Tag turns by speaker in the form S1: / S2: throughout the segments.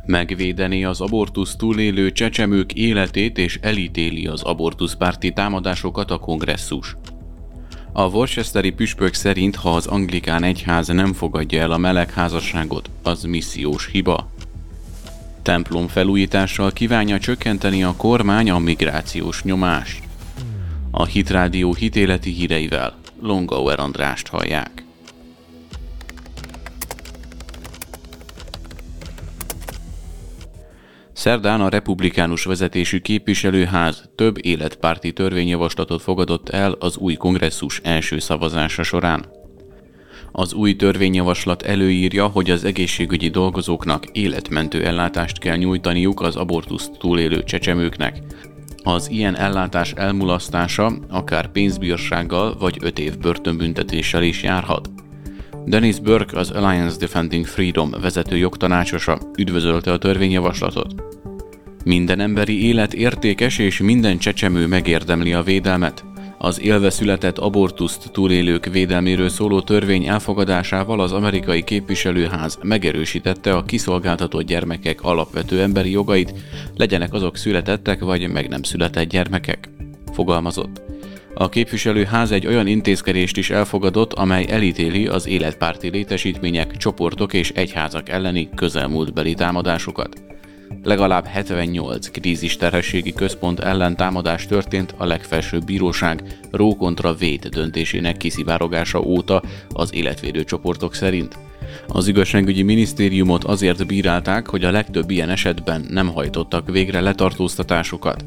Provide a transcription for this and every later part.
S1: Megvédeni az abortusz túlélő csecsemők életét és elítéli az abortuszpárti támadásokat a kongresszus. A worcesteri püspök szerint, ha az anglikán egyház nem fogadja el a melegházasságot, az missziós hiba. Templom felújítással kívánja csökkenteni a kormány a migrációs nyomást. A Hitrádió hitéleti híreivel Longauer Andrást hallják. Szerdán a republikánus vezetésű képviselőház több életpárti törvényjavaslatot fogadott el az új kongresszus első szavazása során. Az új törvényjavaslat előírja, hogy az egészségügyi dolgozóknak életmentő ellátást kell nyújtaniuk az abortuszt túlélő csecsemőknek. Az ilyen ellátás elmulasztása akár pénzbírsággal vagy 5 év börtönbüntetéssel is járhat. Dennis Burke, az Alliance Defending Freedom vezető jogtanácsosa üdvözölte a törvényjavaslatot. Minden emberi élet értékes, és minden csecsemő megérdemli a védelmet. Az élve született abortuszt túlélők védelméről szóló törvény elfogadásával az amerikai képviselőház megerősítette a kiszolgáltatott gyermekek alapvető emberi jogait, legyenek azok születettek vagy meg nem született gyermekek, fogalmazott. A képviselőház egy olyan intézkedést is elfogadott, amely elítéli az életpárti létesítmények, csoportok és egyházak elleni közelmúltbeli támadásokat. Legalább 78 krízisterhességi központ ellen támadás történt a legfelsőbb bíróság Roe kontra Wade döntésének kiszivároglása óta az életvédő csoportok szerint. Az igazságügyi minisztériumot azért bírálták, hogy a legtöbb ilyen esetben nem hajtottak végre letartóztatásokat.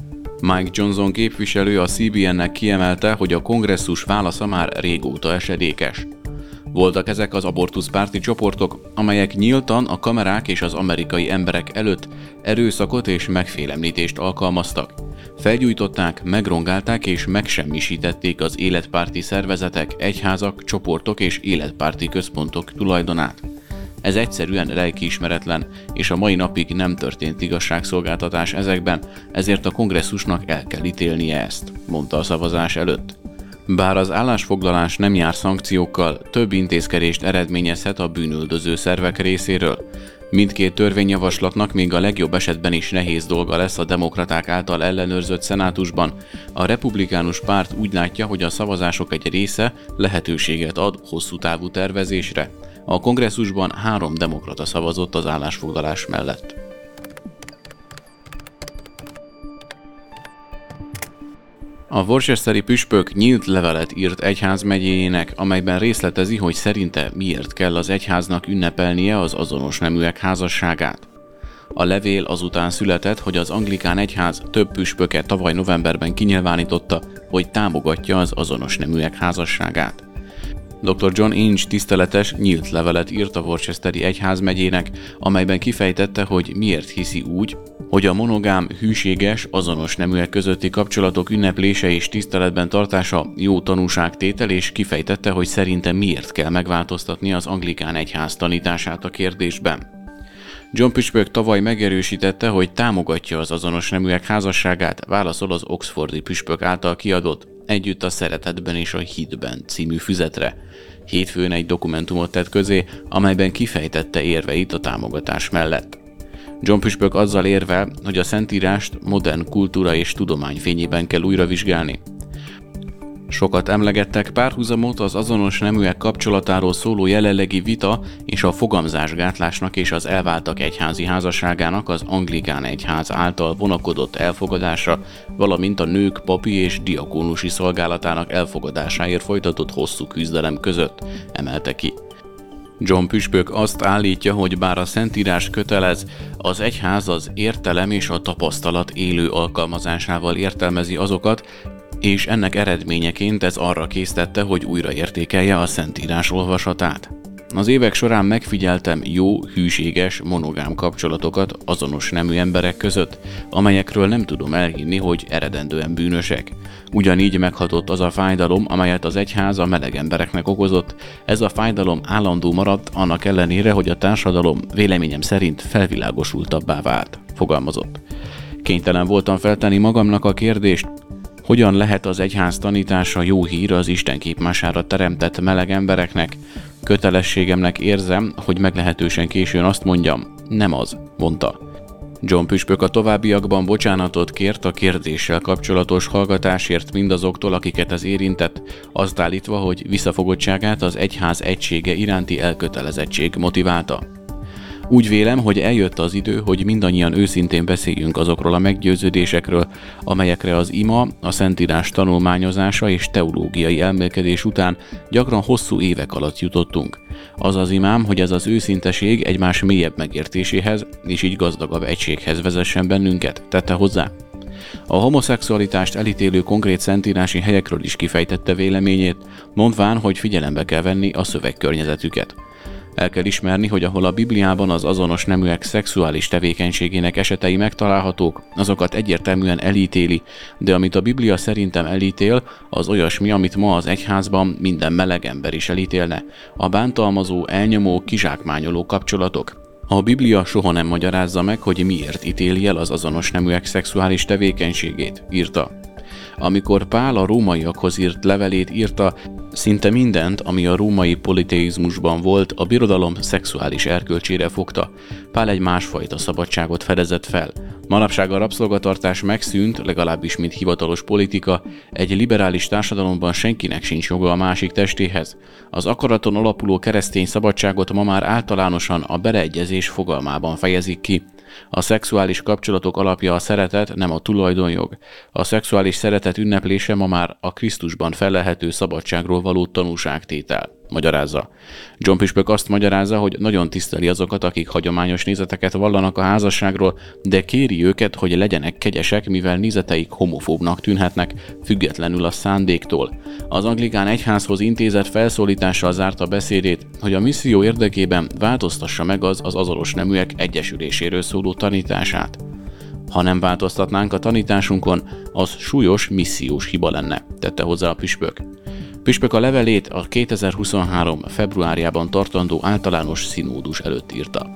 S1: Mike Johnson képviselő a CBN-nek kiemelte, hogy a kongresszus válasza már régóta esedékes. Voltak ezek az abortuszpárti csoportok, amelyek nyíltan a kamerák és az amerikai emberek előtt erőszakot és megfélemlítést alkalmaztak. Felgyújtották, megrongálták és megsemmisítették az életpárti szervezetek, egyházak, csoportok és életpárti központok tulajdonát. Ez egyszerűen lelkiismeretlen, és a mai napig nem történt igazságszolgáltatás ezekben, ezért a kongresszusnak el kell ítélnie ezt, mondta a szavazás előtt. Bár az állásfoglalás nem jár szankciókkal, több intézkedést eredményezhet a bűnüldöző szervek részéről. Mindkét törvényjavaslatnak még a legjobb esetben is nehéz dolga lesz a demokraták által ellenőrzött szenátusban. A republikánus párt úgy látja, hogy a szavazások egy része lehetőséget ad hosszú távú tervezésre. A kongresszusban 3 demokrata szavazott az állásfoglalás mellett. A worcesteri püspök nyílt levelet írt egyházmegyéjének, amelyben részletezi, hogy szerinte miért kell az egyháznak ünnepelnie az azonos neműek házasságát. A levél azután született, hogy az anglikán egyház több püspöke tavaly novemberben kinyilvánította, hogy támogatja az azonos neműek házasságát. Dr. John Inge tiszteletes nyílt levelet írt a worcesteri egyházmegyének, amelyben kifejtette, hogy miért hiszi úgy, hogy a monogám, hűséges, azonos neműek közötti kapcsolatok ünneplése és tiszteletben tartása jó tanúságtétel, és kifejtette, hogy szerinte miért kell megváltoztatni az anglikán egyház tanítását a kérdésben. John püspök tavaly megerősítette, hogy támogatja az azonos neműek házasságát, válaszol az oxfordi püspök által kiadott Együtt a szeretetben és a hitben című füzetre. Hétfőn egy dokumentumot tett közé, amelyben kifejtette érveit a támogatás mellett. John püspök azzal érvel, hogy a Szentírást modern kultúra és tudomány fényében kell újra vizsgálni. Sokat emlegettek párhuzamot az azonos neműek kapcsolatáról szóló jelenlegi vita és a fogamzásgátlásnak és az elváltak egyházi házasságának az anglikán egyház által vonakodott elfogadása, valamint a nők papi és diakónusi szolgálatának elfogadásáért folytatott hosszú küzdelem között, emelte ki. John püspök azt állítja, hogy bár a Szentírás kötelez, az egyház az értelem és a tapasztalat élő alkalmazásával értelmezi azokat, és ennek eredményeként ez arra késztette, hogy újraértékelje a Szentírás olvasatát. Az évek során megfigyeltem jó, hűséges, monogám kapcsolatokat azonos nemű emberek között, amelyekről nem tudom elhinni, hogy eredendően bűnösek. Ugyanígy meghatott az a fájdalom, amelyet az egyház a meleg embereknek okozott. Ez a fájdalom állandó maradt, annak ellenére, hogy a társadalom véleményem szerint felvilágosultabbá vált, fogalmazott. Kénytelen voltam feltenni magamnak a kérdést, hogyan lehet az egyház tanítása jó hír az Isten képmására teremtett meleg embereknek? Kötelességemnek érzem, hogy meglehetősen későn azt mondjam, Nem az, mondta. John püspök a továbbiakban bocsánatot kért a kérdéssel kapcsolatos hallgatásért mindazoktól, akiket ez érintett, azt állítva, hogy visszafogottságát az egyház egysége iránti elkötelezettség motiválta. Úgy vélem, hogy eljött az idő, hogy mindannyian őszintén beszéljünk azokról a meggyőződésekről, amelyekre az ima, a Szentírás tanulmányozása és teológiai elmélkedés után gyakran hosszú évek alatt jutottunk. Az az imám, hogy ez az őszinteség egymás mélyebb megértéséhez és így gazdagabb egységhez vezessen bennünket, tette hozzá. A homoszexualitást elítélő konkrét szentírási helyekről is kifejtette véleményét, mondván, hogy figyelembe kell venni a szövegkörnyezetüket. El kell ismerni, hogy ahol a Bibliában az azonos neműek szexuális tevékenységének esetei megtalálhatók, azokat egyértelműen elítéli, de amit a Biblia szerintem elítél, az olyasmi, amit ma az egyházban minden meleg ember is elítélne, a bántalmazó, elnyomó, kizsákmányoló kapcsolatok. A Biblia soha nem magyarázza meg, hogy miért ítéli el az azonos neműek szexuális tevékenységét, írta. Amikor Pál a rómaiakhoz írt levelét írta, szinte mindent, ami a római politeizmusban volt, a birodalom szexuális erkölcsére fogta. Pál egy másfajta szabadságot fedezett fel. Manapság a rabszolgatartás megszűnt, legalábbis mint hivatalos politika, egy liberális társadalomban senkinek sincs joga a másik testéhez. Az akaraton alapuló keresztény szabadságot ma már általánosan a beleegyezés fogalmában fejezik ki. A szexuális kapcsolatok alapja a szeretet, nem a tulajdonjog. A szexuális szeretet ünneplése ma már a Krisztusban fellelhető szabadságról való tanúságtétel, magyarázza. John püspök azt magyarázza, hogy nagyon tiszteli azokat, akik hagyományos nézeteket vallanak a házasságról, de kéri őket, hogy legyenek kegyesek, mivel nézeteik homofóbnak tűnhetnek, függetlenül a szándéktól. Az anglikán egyházhoz intézett felszólítással zárta beszédét, hogy a misszió érdekében változtassa meg az azonos neműek egyesüléséről szóló tanítását. Ha nem változtatnánk a tanításunkon, az súlyos missziós hiba lenne, tette hozzá a püspök. Püspök a levelét a 2023. februárjában tartandó általános szinódus előtt írta.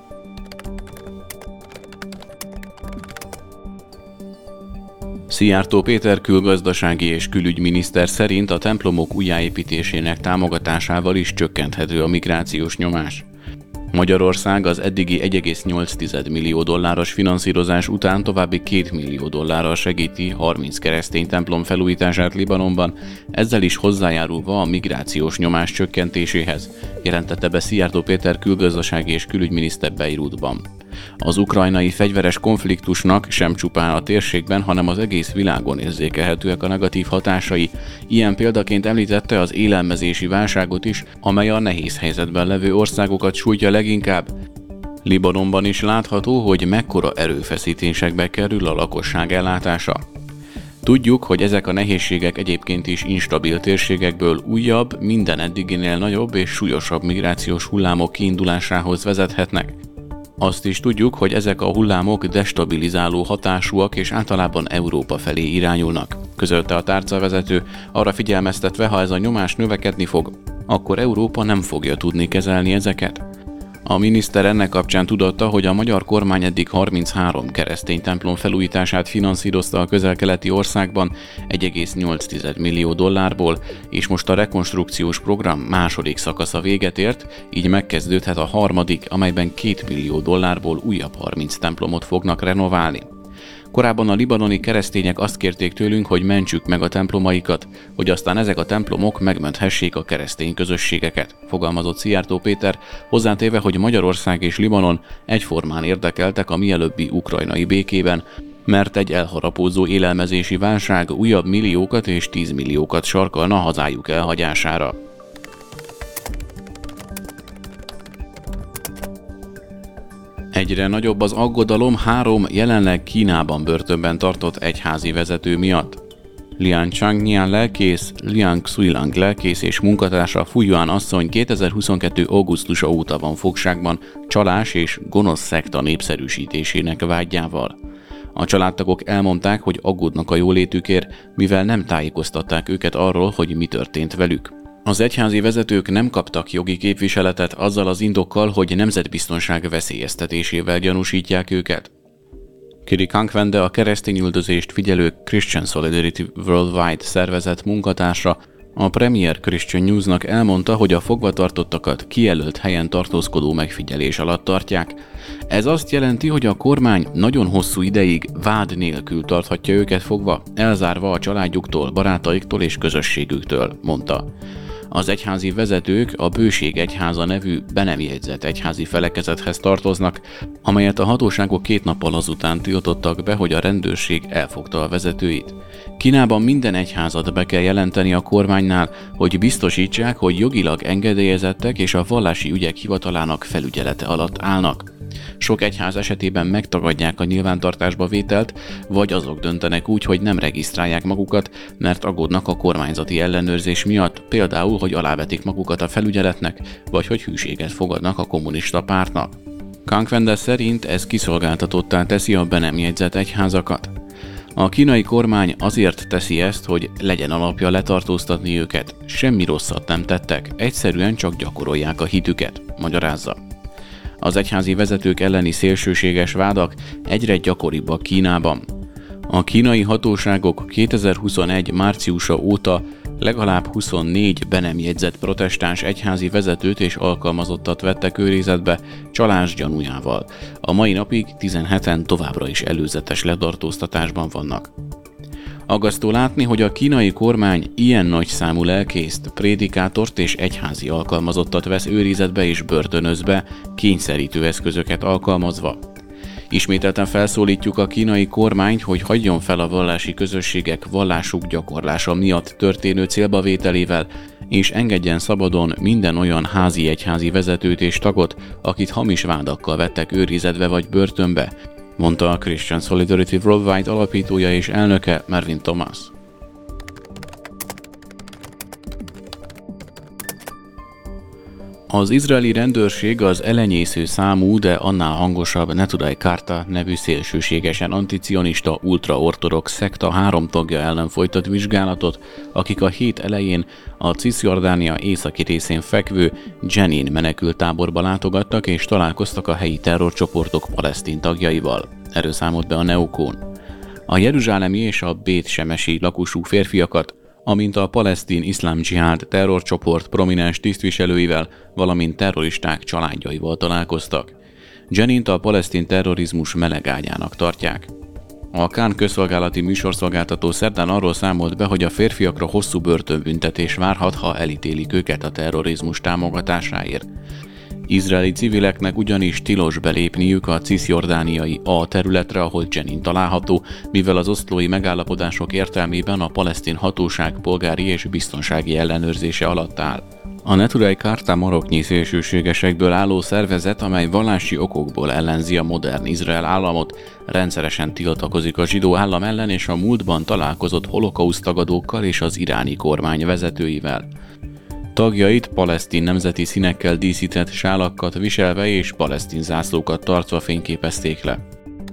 S1: Szijjártó Péter külgazdasági és külügyminiszter szerint a templomok újjáépítésének támogatásával is csökkenthető a migrációs nyomás. Magyarország az eddigi 1,8 millió dolláros finanszírozás után további 2 millió dollárral segíti 30 keresztény templom felújítását Libanonban, ezzel is hozzájárulva a migrációs nyomás csökkentéséhez, jelentette be Szijjártó Péter külgazdasági és külügyminiszter Beirutban. Az ukrajnai fegyveres konfliktusnak sem csupán a térségben, hanem az egész világon érzékelhetőek a negatív hatásai. Ilyen példaként említette az élelmezési válságot is, amely a nehéz helyzetben levő országokat sújtja leginkább. Libanonban is látható, hogy mekkora erőfeszítésekbe kerül a lakosság ellátása. Tudjuk, hogy ezek a nehézségek egyébként is instabil térségekből újabb, minden eddiginél nagyobb és súlyosabb migrációs hullámok kiindulásához vezethetnek. Azt is tudjuk, hogy ezek a hullámok destabilizáló hatásúak és általában Európa felé irányulnak, közölte a tárcavezető, arra figyelmeztetve, ha ez a nyomás növekedni fog, akkor Európa nem fogja tudni kezelni ezeket. A miniszter ennek kapcsán tudatta, hogy a magyar kormány eddig 33 keresztény templom felújítását finanszírozta a közel-keleti országban 1,8 millió dollárból, és most a rekonstrukciós program második szakasza véget ért, így megkezdődhet a harmadik, amelyben 2 millió dollárból újabb 30 templomot fognak renoválni. Korábban a libanoni keresztények azt kérték tőlünk, hogy mentsük meg a templomaikat, hogy aztán ezek a templomok megmenthessék a keresztény közösségeket, fogalmazott Szijjártó Péter, hozzátéve, hogy Magyarország és Libanon egyformán érdekeltek a mielőbbi ukrajnai békében, mert egy elharapódzó élelmezési válság újabb milliókat és 10 milliókat sarkalna hazájuk elhagyására. Egyre nagyobb az aggodalom 3 jelenleg Kínában börtönben tartott egyházi vezető miatt. Lian Changnian lelkész, Liang Xuilang lelkész és munkatársa Fu Yuan asszony 2022. augusztusa óta van fogságban csalás és gonosz szekta népszerűsítésének vágyával. A családtagok elmondták, hogy aggódnak a jólétükért, mivel nem tájékoztatták őket arról, hogy mi történt velük. Az egyházi vezetők nem kaptak jogi képviseletet azzal az indokkal, hogy nemzetbiztonság veszélyeztetésével gyanúsítják őket. Kiri Kankvende, a keresztényüldözést figyelő Christian Solidarity Worldwide szervezet munkatársa, A Premier Christian Newsnak elmondta, hogy a fogvatartottakat kijelölt helyen tartózkodó megfigyelés alatt tartják. Ez azt jelenti, hogy a kormány nagyon hosszú ideig vád nélkül tarthatja őket fogva, elzárva a családjuktól, barátaiktól és közösségüktől, mondta. Az egyházi vezetők a Bőség Egyháza nevű be nem jegyzett egyházi felekezethez tartoznak, amelyet a hatóságok 2 nappal azután tiltottak be, hogy a rendőrség elfogta a vezetőit. Kínában minden egyházat be kell jelenteni a kormánynál, hogy biztosítsák, hogy jogilag engedélyezettek és a vallási ügyek hivatalának felügyelete alatt állnak. Sok egyház esetében megtagadják a nyilvántartásba vételt, vagy azok döntenek úgy, hogy nem regisztrálják magukat, mert aggódnak a kormányzati ellenőrzés miatt, például, hogy alávetik magukat a felügyeletnek, vagy hogy hűséget fogadnak a kommunista pártnak. Kangwende szerint ez kiszolgáltatottá teszi a be nem jegyzett egyházakat. A kínai kormány azért teszi ezt, hogy legyen alapja letartóztatni őket. Semmi rosszat nem tettek, egyszerűen csak gyakorolják a hitüket, magyarázza. Az egyházi vezetők elleni szélsőséges vádak egyre gyakoribbak Kínában. A kínai hatóságok 2021. márciusa óta legalább 24 be nem jegyzett protestáns egyházi vezetőt és alkalmazottat vettek őrizetbe csalás gyanújával. A mai napig 17-en továbbra is előzetes letartóztatásban vannak. Aggasztó látni, hogy a kínai kormány ilyen nagy számú lelkészt, prédikátort és egyházi alkalmazottat vesz őrizetbe és börtönöz be, kényszerítő eszközöket alkalmazva. Ismételten felszólítjuk a kínai kormányt, hogy hagyjon fel a vallási közösségek vallásuk gyakorlása miatt történő célbavételével, és engedjen szabadon minden olyan házi egyházi vezetőt és tagot, akit hamis vádakkal vettek őrizetbe vagy börtönbe, mondta a Christian Solidarity Worldwide alapítója és elnöke Mervyn Thomas. Az izraeli rendőrség az elenyésző számú, de annál hangosabb Neturei Karta nevű szélsőségesen anticionista ultraortodox szekta 3 tagja ellen folytat vizsgálatot, akik a hét elején a Cisjordánia északi részén fekvő Jenin menekülttáborba látogattak és találkoztak a helyi terrorcsoportok palesztin tagjaival. Erről számolt be a Neokón. A jeruzsálemi és a Bét Semesi lakosú férfiakat, amint a palesztin iszlám dzsihád terrorcsoport prominens tisztviselőivel, valamint terroristák családjaival találkoztak. Jenint a palesztin terrorizmus melegágyának tartják. A Kán közszolgálati műsorszolgáltató szerdán arról számolt be, hogy a férfiakra hosszú börtönbüntetés várhat, ha elítélik őket a terrorizmus támogatásáért. Izraeli civileknek ugyanis tilos belépniük a cisjordániai A területre, ahol Jenin található, mivel az oszlói megállapodások értelmében a palesztin hatóság polgári és biztonsági ellenőrzése alatt áll. A Neturei Karta maroknyi szélsőségesekből álló szervezet, amely vallási okokból ellenzi a modern Izrael államot, rendszeresen tiltakozik a zsidó állam ellen és a múltban találkozott holokauszt tagadókkal és az iráni kormány vezetőivel. Tagjait palesztin nemzeti színekkel díszített sálakat viselve és palesztin zászlókat tartva fényképezték le.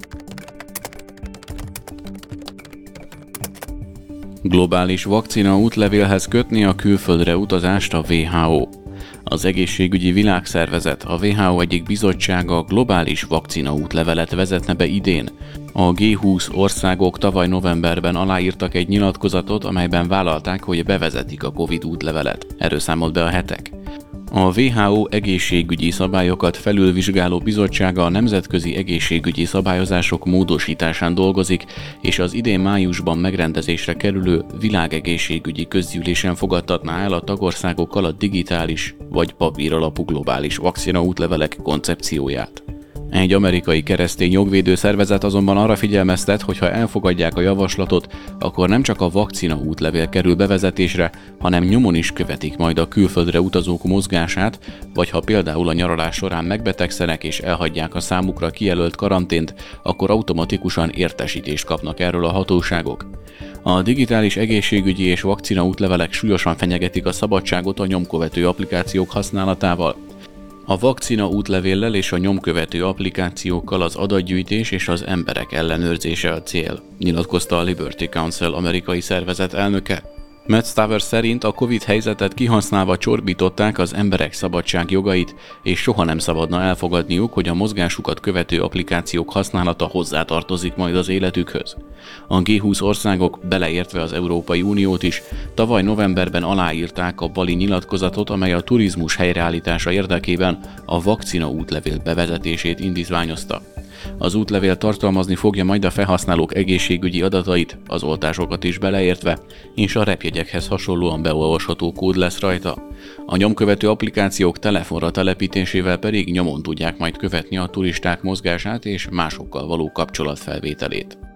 S1: Globális vakcina útlevélhez kötni a külföldre utazást a WHO. Az Egészségügyi Világszervezet, a WHO egyik bizottsága globális vakcina útlevelet vezetne be idén. A G20 országok tavaly novemberben aláírtak egy nyilatkozatot, amelyben vállalták, hogy bevezetik a Covid útlevelet. Erről számolt be a Hetek. A WHO egészségügyi szabályokat felülvizsgáló bizottsága a nemzetközi egészségügyi szabályozások módosításán dolgozik, és az idén májusban megrendezésre kerülő világegészségügyi közgyűlésen fogadtatná el a tagországokkal a digitális vagy papíralapú globális vakcina útlevelek koncepcióját. Egy amerikai keresztény jogvédő szervezet azonban arra figyelmeztet, hogy ha elfogadják a javaslatot, akkor nem csak a vakcina útlevél kerül bevezetésre, hanem nyomon is követik majd a külföldre utazók mozgását, vagy ha például a nyaralás során megbetegszenek és elhagyják a számukra kijelölt karantént, akkor automatikusan értesítést kapnak erről a hatóságok. A digitális egészségügyi és vakcina útlevelek súlyosan fenyegetik a szabadságot a nyomkövető applikációk használatával. A vakcina útlevéllel és a nyomkövető applikációkkal az adatgyűjtés és az emberek ellenőrzése a cél, nyilatkozta a Liberty Council amerikai szervezet elnöke. Matt Staver szerint a Covid helyzetet kihasználva csorbították az emberek szabadságjogait, és soha nem szabadna elfogadniuk, hogy a mozgásukat követő applikációk használata hozzátartozik majd az életükhöz. A G20 országok, beleértve az Európai Uniót is, tavaly novemberben aláírták a Bali nyilatkozatot, amely a turizmus helyreállítása érdekében a vakcina útlevél bevezetését indítványozta. Az útlevél tartalmazni fogja majd a felhasználók egészségügyi adatait, az oltásokat is beleértve, és a repjegyekhez hasonlóan beolvasható kód lesz rajta. A nyomkövető applikációk telefonra telepítésével pedig nyomon tudják majd követni a turisták mozgását és másokkal való kapcsolatfelvételét.